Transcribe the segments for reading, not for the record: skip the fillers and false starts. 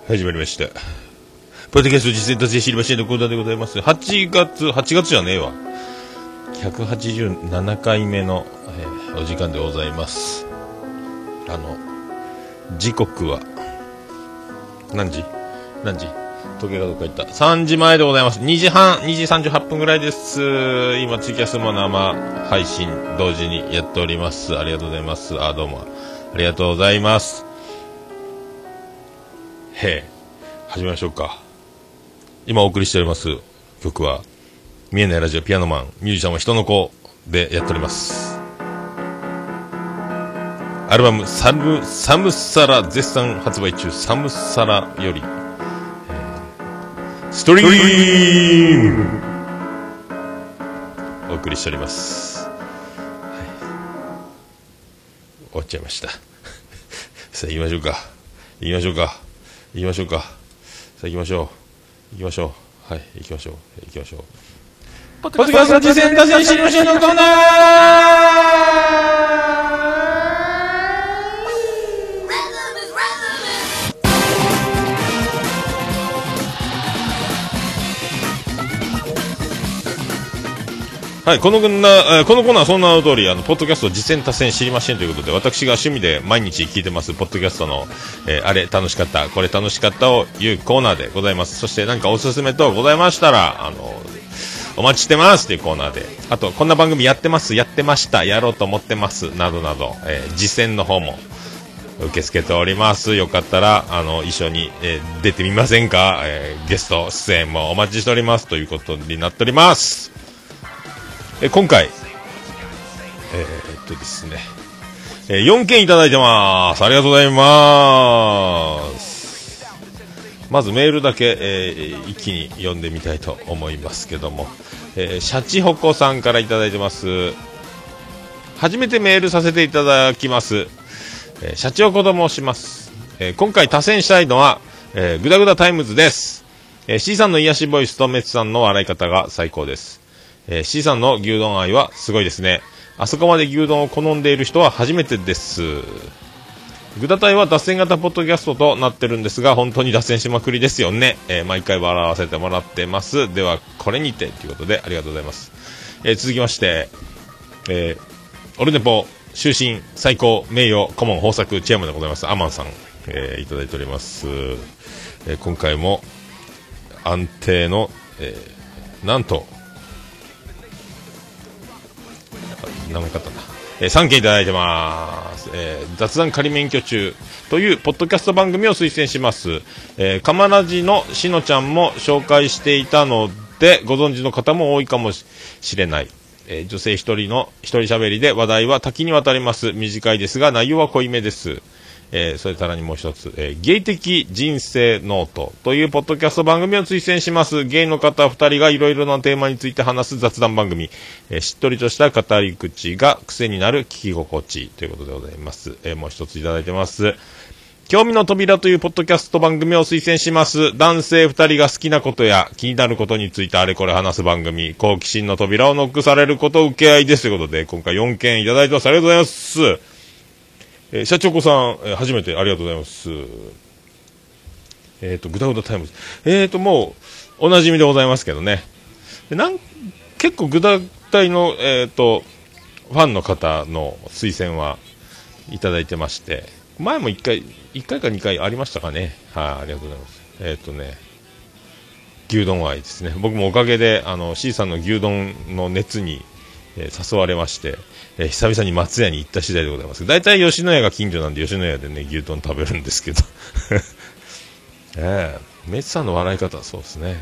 始まりました。ポッドキャスト実践達成知りませんのコーナーでございます。8月じゃねえわ。187回目の、お時間でございます。時刻は、何時時計がどっか行った。3時前でございます。2時38分ぐらいです。今、ツイキャスも生配信同時にやっております。ありがとうございます。どうも。ありがとうございます。始めましょうか。今お送りしております曲は見えないラジオピアノマンミュージシャンは人の子でやっております。アルバムサムサラ絶賛発売中。サムサラより、ストリームお送りしております。終わっちゃいましたさあ行きましょうか。さあ行きましょう。はい、行きましょう。ポッドキャスト実践達成知りませんのコーナー。はい、このコーナーはその名の通り、ポッドキャスト実践達成知りませんということで、私が趣味で毎日聞いてますポッドキャストの、あれ楽しかったこれ楽しかったを言うコーナーでございます。そして何かおすすめ等ございましたらお待ちしてますというコーナーで、あとこんな番組やってます、やってました、やろうと思ってますなどなど、実践の方も受け付けております。よかったら一緒に、出てみませんか。ゲスト出演もお待ちしておりますということになっております。今回ですね、4件いただいてます。ありがとうございます。まずメールだけ、一気に読んでみたいと思いますけども、シャチホコさんからいただいてます。初めてメールさせていただきます。シャチホコと申します。今回多選したいのは、グダグダタイムズです。C さんの癒しボイスとメツさんの笑い方が最高です。C さんの牛丼愛はすごいですね。あそこまで牛丼を好んでいる人は初めてです。グダタイは脱線型ポッドキャストとなってるんですが、本当に脱線しまくりですよね。毎回笑わせてもらってます。ではこれにてということでありがとうございます。続きまして、オルネポ終身最高名誉顧問豊作チェアマンでございますアマンさん、いただいております。今回も安定の、なんと名前買ったんだ。3件いただいてます。雑談仮免許中というポッドキャスト番組を推薦します。カマラジのしのちゃんも紹介していたのでご存知の方も多いかもしれない。女性一人喋りで話題は多岐にわたります。短いですが内容は濃いめです。それからにもう一つ、ゲイ的人生ノートというポッドキャスト番組を推薦します。ゲイの方2人がいろいろなテーマについて話す雑談番組、しっとりとした語り口が癖になる聞き心地ということでございます。もう一ついただいてます。興味の扉というポッドキャスト番組を推薦します。男性2人が好きなことや気になることについてあれこれ話す番組、好奇心の扉をノックされること受け合いですということで、今回4件いただいてます。ありがとうございます。シャチョコさん、初めてありがとうございます。グダグダタイムズ。もう、おなじみでございますけどね。結構グダタイの、ファンの方の推薦はいただいてまして、前も1回か2回ありましたかね。はい、ありがとうございます。牛丼愛ですね。僕もおかげで、C さんの牛丼の熱に、誘われまして、久々に松屋に行った次第でございます。だいたい吉野家が近所なんで吉野家でね牛丼食べるんですけどメツさんの笑い方、そうですね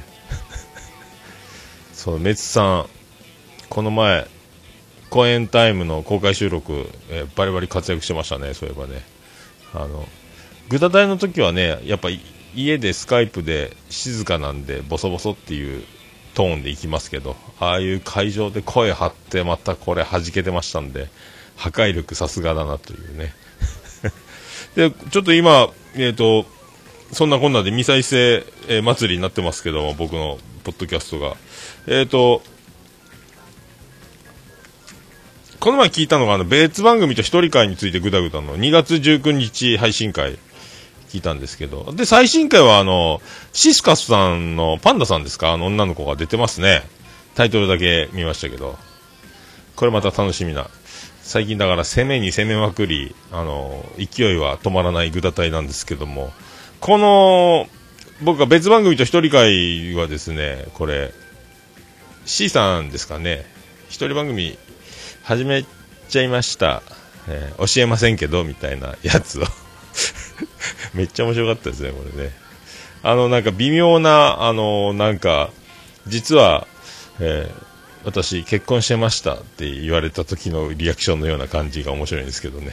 そう、メツさんこの前公演タイムの公開収録、バリバリ活躍してましたね。そういえばね、グダタイの時はね、やっぱ家でスカイプで静かなんでボソボソっていうトーンでいきますけど、ああいう会場で声張ってまたこれ弾けてましたんで、破壊力さすがだなというねでちょっと今そんなこんなで未再生、祭りになってますけども、僕のポッドキャストがこの前聞いたのが別番組と一人会についてグダグダの2月19日配信会聞いたんですけど。で、最新回はシスカスさんのパンダさんですか、女の子が出てますね。タイトルだけ見ましたけど。これまた楽しみな。最近だから攻めに攻めまくり、勢いは止まらないグダ隊なんですけども、この、僕が別番組と一人会はですね、これ、C さんですかね、一人番組始めちゃいました。教えませんけど、みたいなやつを。めっちゃ面白かったですね、これね。なんか微妙な、なんか、実は、私結婚してましたって言われた時のリアクションのような感じが面白いんですけどね。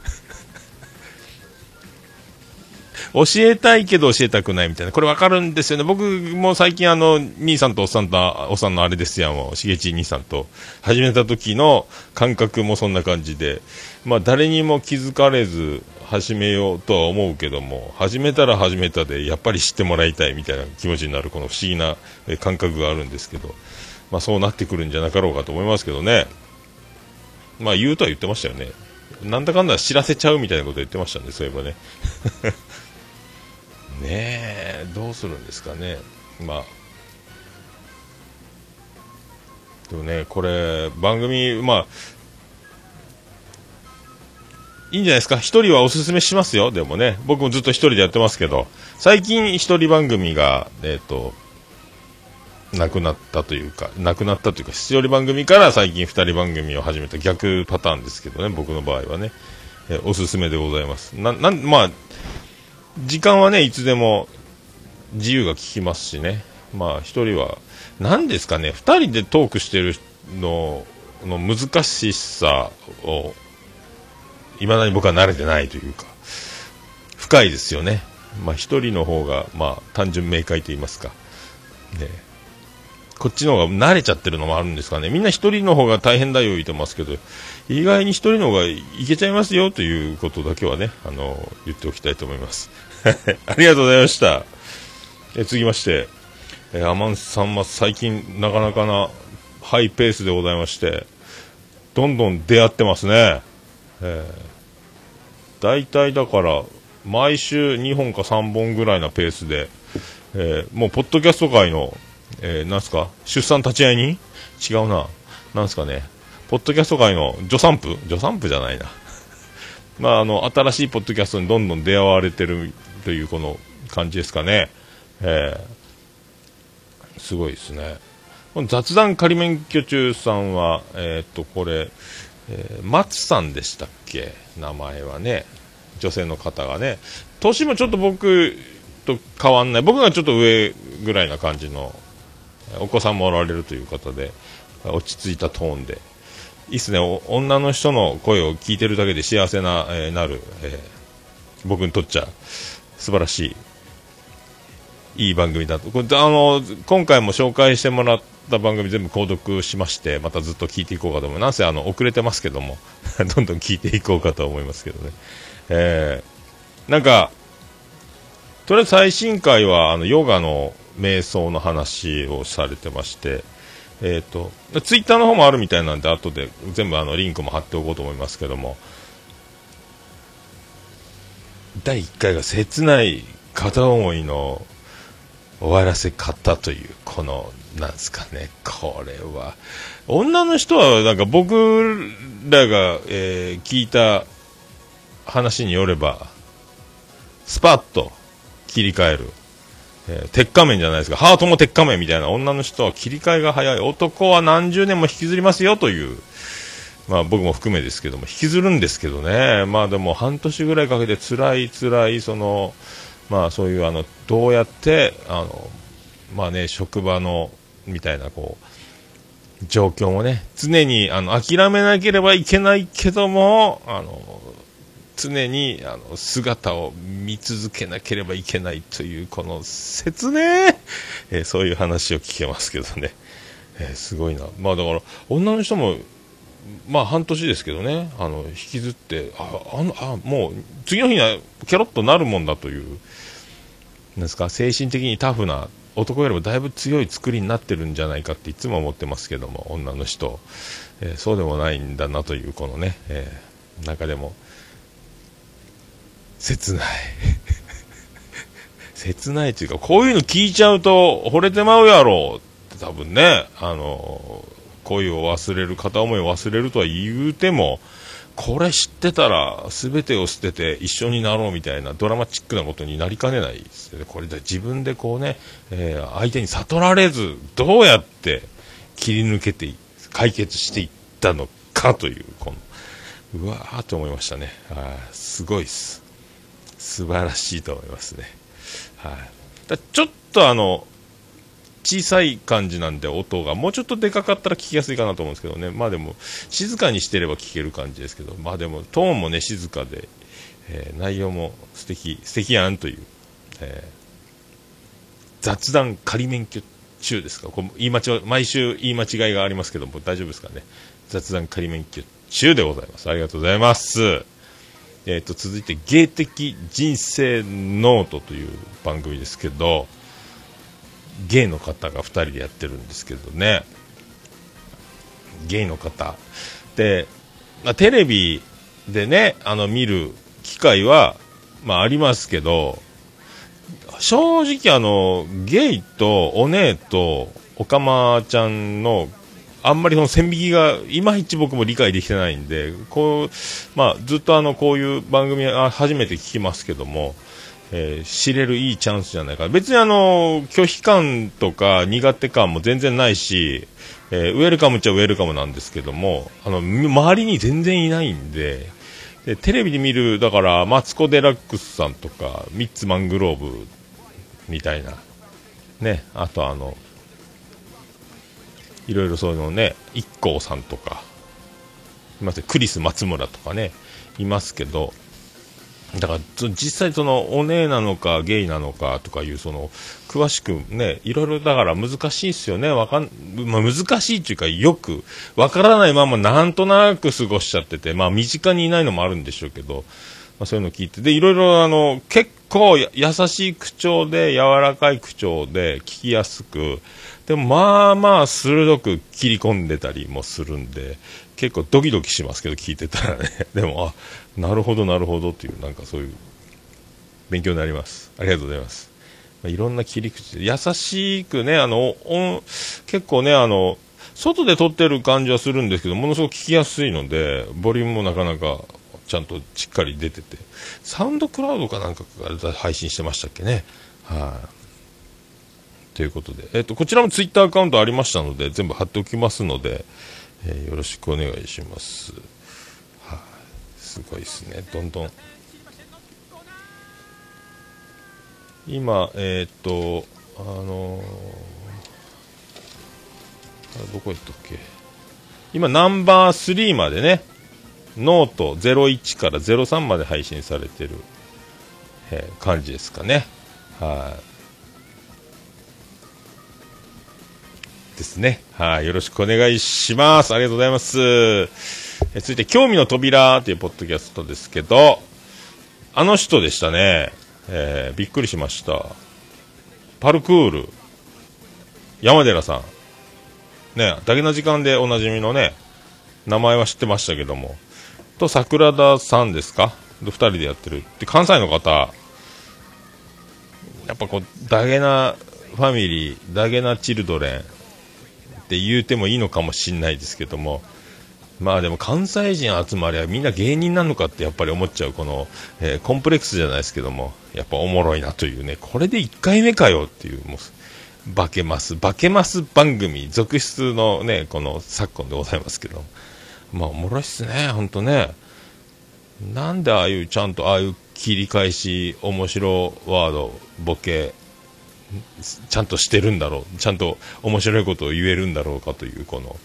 教えたいけど教えたくないみたいな、これわかるんですよね。僕も最近兄さんとおっさんのあれですやんを、しげち兄さんと始めた時の感覚もそんな感じで、まあ誰にも気づかれず始めようとは思うけども、始めたら始めたでやっぱり知ってもらいたいみたいな気持ちになる、この不思議な感覚があるんですけど、まあそうなってくるんじゃなかろうかと思いますけどね。まあ言うとは言ってましたよね。なんだかんだ知らせちゃうみたいなこと言ってましたね、そういえばね。ねえ、どうするんですかね。まあでもね、これ番組、まあいいんじゃないですか。一人はおすすめしますよ。でもね、僕もずっと一人でやってますけど、最近一人番組がなくなったというか一人番組から最近二人番組を始めた逆パターンですけどね、僕の場合はね、おすすめでございます。まあ時間はね、いつでも自由が利きますしね。まあ一人は何ですかね、二人でトークしてるの難しさを未だに僕は慣れてないというか、深いですよね。まあ一人の方がまあ単純明快と言いますか、ね、こっちの方が慣れちゃってるのもあるんですかね。みんな一人の方が大変だよ言ってますけど、意外に一人の方がいけちゃいますよということだけはね、言っておきたいと思います。ありがとうございました。続きまして、アマンさんは最近なかなかなハイペースでございまして、どんどん出会ってますね。だいたいだから毎週2本か3本ぐらいなペースで、もうポッドキャスト界の、なんすか、出産立ち会いに違うな、なんすかね、ポッドキャスト界の助産婦じゃないな。まあ新しいポッドキャストにどんどん出会われてるというこの感じですかね。すごいですね。雑談仮免許中さんはこれ、松さんでしたっけ、名前はね、女性の方がね、年もちょっと僕と変わんない、僕がちょっと上ぐらいな感じの、お子さんもおられるという方で、落ち着いたトーンでいいっすね。女の人の声を聞いてるだけで幸せな、なる、僕にとっちゃ素晴らしいいい番組だと。これ今回も紹介してもらった番組全部購読しまして、またずっと聞いていこうかと思います。なんせ遅れてますけどもどんどん聞いていこうかと思いますけどね。なんかとりあえず最新回はヨガの瞑想の話をされてまして、ツイッターの方もあるみたいなんで、後で全部リンクも貼っておこうと思いますけども、第1回が切ない片思いの終わらせ方という、このなんですかね、これは女の人はなんか僕らが、聞いた話によればスパッと切り替える、鉄仮面じゃないですか、ハートも鉄仮面みたいな、女の人は切り替えが早い、男は何十年も引きずりますよという、まあ僕も含めですけども引きずるんですけどね。まあでも半年ぐらいかけて辛いその、まあそういうどうやってまあね、職場のみたいなこう状況もね、常に諦めなければいけないけども常に姿を見続けなければいけないというこの切ね、そういう話を聞けますけどね、すごいな。まあだから女の人もまあ半年ですけどね、引きずってもう次の日にはケロッとなるもんだという、なんですか、精神的にタフな男よりもだいぶ強い作りになってるんじゃないかっていつも思ってますけども、女の人、そうでもないんだなというこのね、中でも切ない切ないというか、こういうの聞いちゃうと惚れてまうやろって多分ね、恋を忘れる、片思いを忘れるとは言うても、これ知ってたら全てを捨てて一緒になろうみたいなドラマチックなことになりかねないですよね。これで自分でこうね、相手に悟られずどうやって切り抜けて解決していったのかという、このうわーと思いましたね。すごいっす。素晴らしいと思いますね。ちょっと小さい感じなんで、音がもうちょっとでかかったら聞きやすいかなと思うんですけどね。まあでも静かにしてれば聞ける感じですけど、まあでもトーンもね静かで、内容も素敵やんという、雑談仮免許中ですか。こう毎週言い間違いがありますけども大丈夫ですかね。雑談仮免許中でございます。ありがとうございます。続いて芸的人生ノートという番組ですけど、ゲイの方が2人でやってるんですけどね。ゲイの方で、テレビでね見る機会はありますけど、正直ゲイとお姉とおかまちゃんのあんまりその線引きがいまいち僕も理解できてないんで、ずっとこういう番組は初めて聞きますけども、知れるいいチャンスじゃないか。別に拒否感とか苦手感も全然ないし、ウェルカムっちゃウェルカムなんですけども、周りに全然いないんで、テレビで見る、だからマツコ・デラックスさんとかミッツ・マングローブみたいなね、あといろいろそういうのね、IKKOさんとかいます、クリス松村とかねいますけど、だから実際そのお姉なのかゲイなのかとかいうその詳しくね、いろいろだから難しいですよね。難しいっていうか、よくわからないままなんとなく過ごしちゃってて、身近にいないのもあるんでしょうけど、そういうのを聞いて、でいろいろ結構優しい口調で柔らかい口調で聞きやすく、でも鋭く切り込んでたりもするんで、結構ドキドキしますけど聞いてたらね。でもなるほどなるほどっていう、なんかそういう勉強になります。ありがとうございます。いろんな切り口で優しくね、結構ね外で撮ってる感じはするんですけど、ものすごく聞きやすいので、ボリュームもなかなかちゃんとしっかり出てて、サウンドクラウドかなんかが配信してましたっけね。ということで、こちらもツイッターアカウントありましたので全部貼っておきますので、よろしくお願いします。すごいですね。どんどん今どこ行ったっけ。今ナンバー3までね、ノート01から03まで配信されてる、感じですかね。ですね。よろしくお願いします。ありがとうございます。続いて興味の扉というポッドキャストですけど、あの人でしたね。びっくりしました。パルクール山寺さんね、だけの時間でおなじみのね、名前は知ってましたけども、と桜田さんですか、2人でやってるって関西の方、やっぱこうダゲナファミリー、ダゲナチルドレンって言うてもいいのかもしれないですけども、でも関西人集まりはみんな芸人なのかってやっぱり思っちゃう、この、コンプレックスじゃないですけども、やっぱおもろいなというね、これで1回目かよっていう、もう化けます番組続出のね、この昨今でございますけど、おもろいっすね、ほんとね。なんでちゃんと切り返し面白ワードボケちゃんとしてるんだろう、ちゃんと面白いことを言えるんだろうかという、この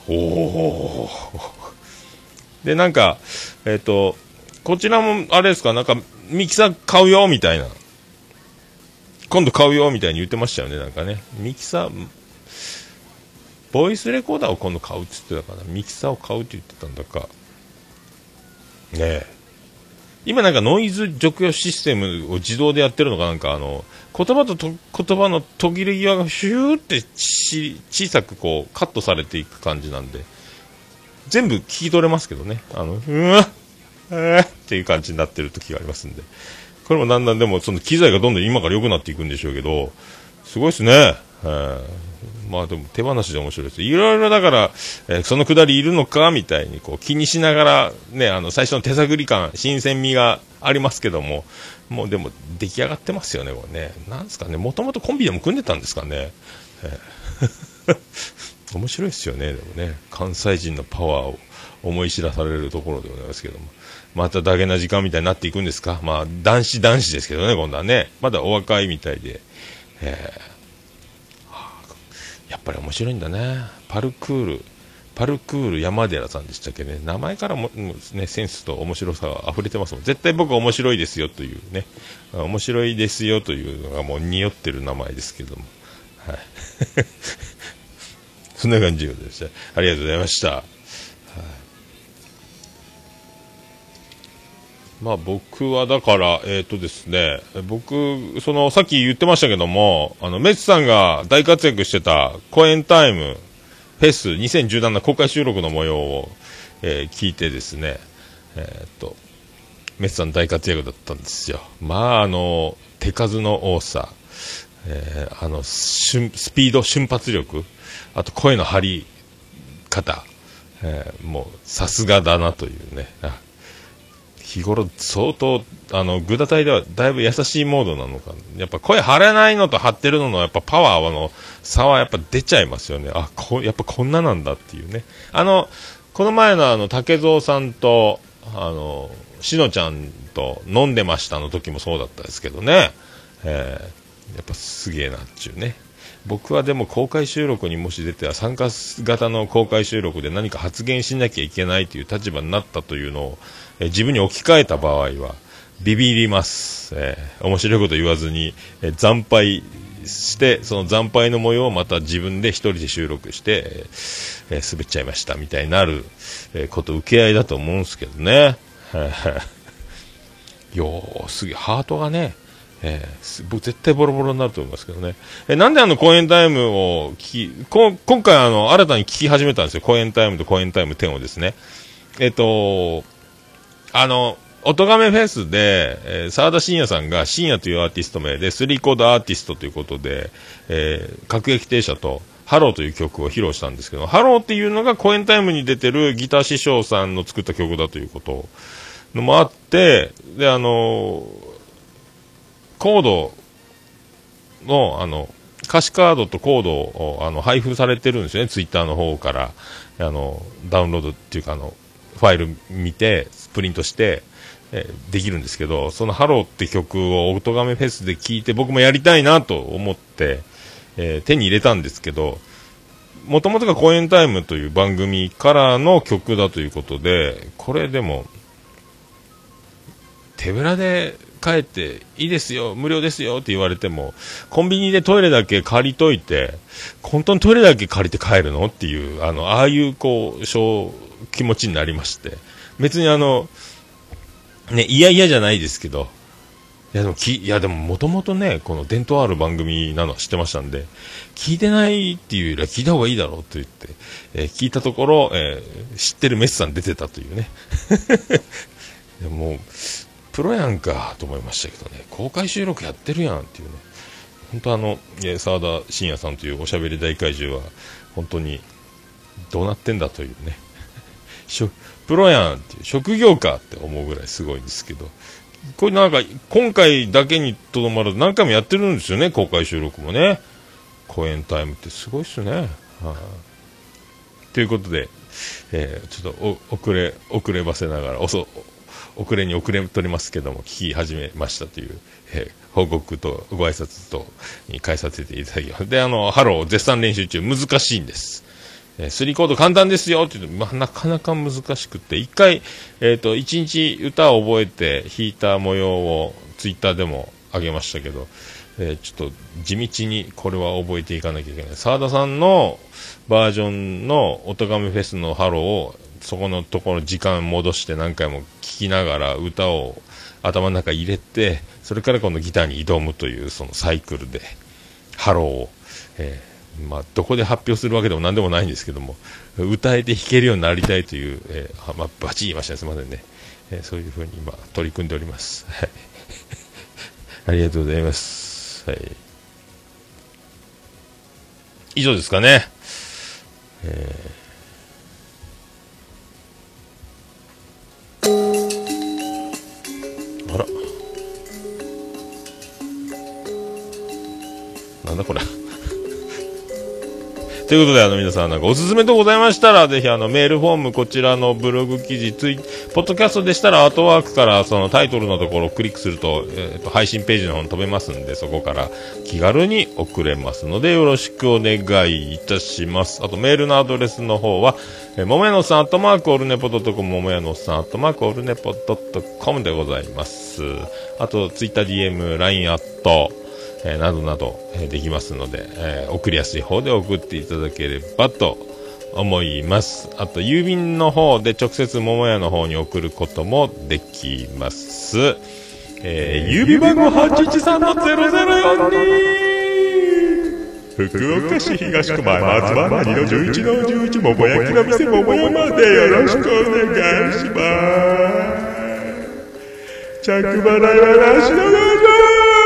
で、なんかこちらもあれですか、なんかミキサー買うよみたいな、今度買うよみたいに言ってましたよね。なんかね、ミキサー、ボイスレコーダーを今度買うって言ってたかな、ミキサーを買うって言ってたんだかね。今なんかノイズ除去システムを自動でやってるのか、なんか言葉と言葉の途切れ際がヒューって小さくこうカットされていく感じなんで、全部聞き取れますけどね、っていう感じになってる時がありますんで、 これもだんだんでもその機材がどんどん今から良くなっていくんでしょうけど、すごいですね。まあでも手放しで面白いです。いろいろだから、そのくだりいるのかみたいにこう気にしながらね、最初の手探り感、新鮮味がありますけども、もうでも出来上がってますよね、これね。なんですかね、もともとコンビでも組んでたんですかね。面白いですよね、でもね。関西人のパワーを思い知らされるところでございますけども。またダゲな時間みたいになっていくんですか。まあ、男子ですけどね、今度はね。まだお若いみたいで。やっぱり面白いんだね。パルクール山寺さんでしたっけね。名前からも、ね、センスと面白さが溢れてますもん。絶対僕は面白いですよというね。面白いですよというのがもう匂ってる名前ですけども。はい。そんな感じでした。ありがとうございました。はい、まあ僕はだから、ですね、さっき言ってましたけども、メツさんが大活躍してたコエンタイムフェス2017公開収録の模様を、聞いてですね、メツさん大活躍だったんですよ。まあ手数の多さ、スピード、瞬発力、あと声の張り方、もうさすがだなというね。日頃相当グダ隊ではだいぶ優しいモードなのか、やっぱ声張れないのと張ってるののやっぱパワーの差はやっぱ出ちゃいますよね。やっぱこんななんだっていうね。この前の竹蔵さんとしのちゃんと飲んでましたの時もそうだったですけどね、やっぱすげえなっちゅうね。僕はでも公開収録にもし出ては参加型の公開収録で何か発言しなきゃいけないという立場になったというのを、自分に置き換えた場合はビビります。面白いこと言わずに、惨敗してその惨敗の模様をまた自分で一人で収録して、滑っちゃいましたみたいになる、こと受け合いだと思うんですけどね。すげえハートがね、僕絶対ボロボロになると思いますけどね。なんで公演タイムを今回新たに聞き始めたんですよ。公演タイムと公演タイム10をですね。おとがめフェスで、沢田信也さんが信也というアーティスト名でスリーコードアーティストということで、各駅停車とハローという曲を披露したんですけど、ハローっていうのが公演タイムに出てるギター師匠さんの作った曲だということのもあって、でコードの歌詞カードとコードを配布されてるんですよね。ツイッターの方からダウンロードっていうかファイル見てプリントしてできるんですけど、そのハローって曲をおとがめフェスで聴いて僕もやりたいなと思って、手に入れたんですけど、もともとが公演タイムという番組からの曲だということで、これでも手ぶらで帰っていいですよ無料ですよって言われても、コンビニでトイレだけ借りといて本当にトイレだけ借りて帰るのっていうああいう気持ちになりまして、別にね、いやじゃないですけど、いやでももともとね、この伝統ある番組なのは知ってましたんで、聞いてないっていうよりは聞いた方がいいだろうと言って、聞いたところ、知ってるメスさん出てたというね。でもプロやんかと思いましたけどね、公開収録やってるやんっていうね。本当沢田信也さんというおしゃべり大怪獣は本当にどうなってんだというね。プロやんっていう職業かって思うぐらいすごいんですけど、これなんか今回だけにとどまらず何回もやってるんですよね、公開収録もね。公演タイムってすごいっすね。ということで、ちょっと遅ればせながら遅れに遅れとりますけども聞き始めましたという、報告とご挨拶とに返させていただきます。でハロー絶賛練習中、難しいんです。スリーコード簡単ですよって言うと、なかなか難しくて、一回、一日歌を覚えて弾いた模様をツイッターでも上げましたけど、ちょっと地道にこれは覚えていかなきゃいけない。沢田さんのバージョンのおとがめフェスのハローをそこのところ時間戻して何回も聴きながら歌を頭の中入れて、それから今度ギターに挑むというそのサイクルでハローを、どこで発表するわけでも何でもないんですけども、歌えて弾けるようになりたいという、バチ言いましたね、すみませんね、そういうふうに今取り組んでおります。 ありがとうございます。はい。以上ですかね。あら。なんだこれ。ということで、皆さんなんかおすすめとございましたら、ぜひメールフォーム、こちらのブログ記事、ポッドキャストでしたらアートワークからそのタイトルのところをクリックすると、配信ページの方に飛べますんで、そこから気軽に送れますので、よろしくお願いいたします。あと、メールのアドレスの方は、ももやのさん、オルネポ.com、ももやのさん、オルネポ.com でございます。あと、ツイッター DM、LINE アット、などなど、できますので、送りやすい方で送っていただければと思います。あと郵便の方で直接桃屋の方に送ることもできます。郵便番号 813-0042 福岡市東区前松原2の11の11桃焼きの店桃屋までよろしくお願いします。着払いはなしのようだ。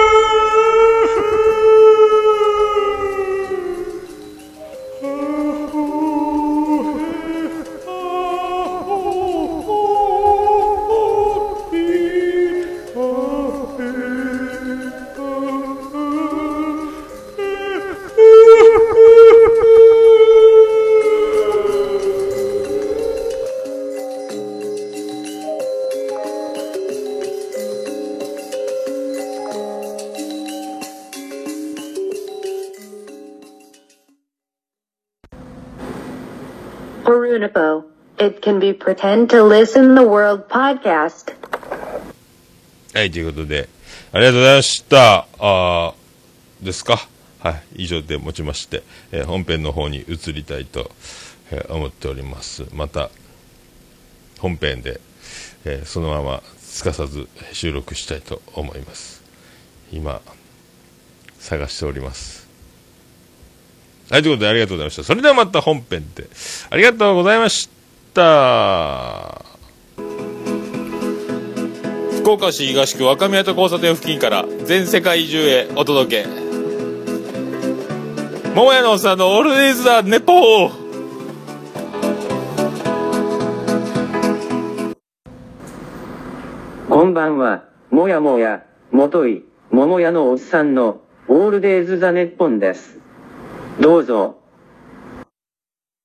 It can be pretend to listen the world podcast. はい、ということで、ありがとうございました。ですか。はい、以上でもちまして、本編の方に移りたいと、思っております。また、本編で、そのまますかさず収録したいと思います。今、探しております。はい、ということでありがとうございました。それではまた本編で。ありがとうございました。福岡市東区若宮と交差点付近から全世界中へお届け。桃屋のおっさんのオールディーズ・ザ・ネポー。 こんばんは、もやもや、もとい、桃屋のおっさんのオールデイズ・ザ・ネッポンです。どうぞ。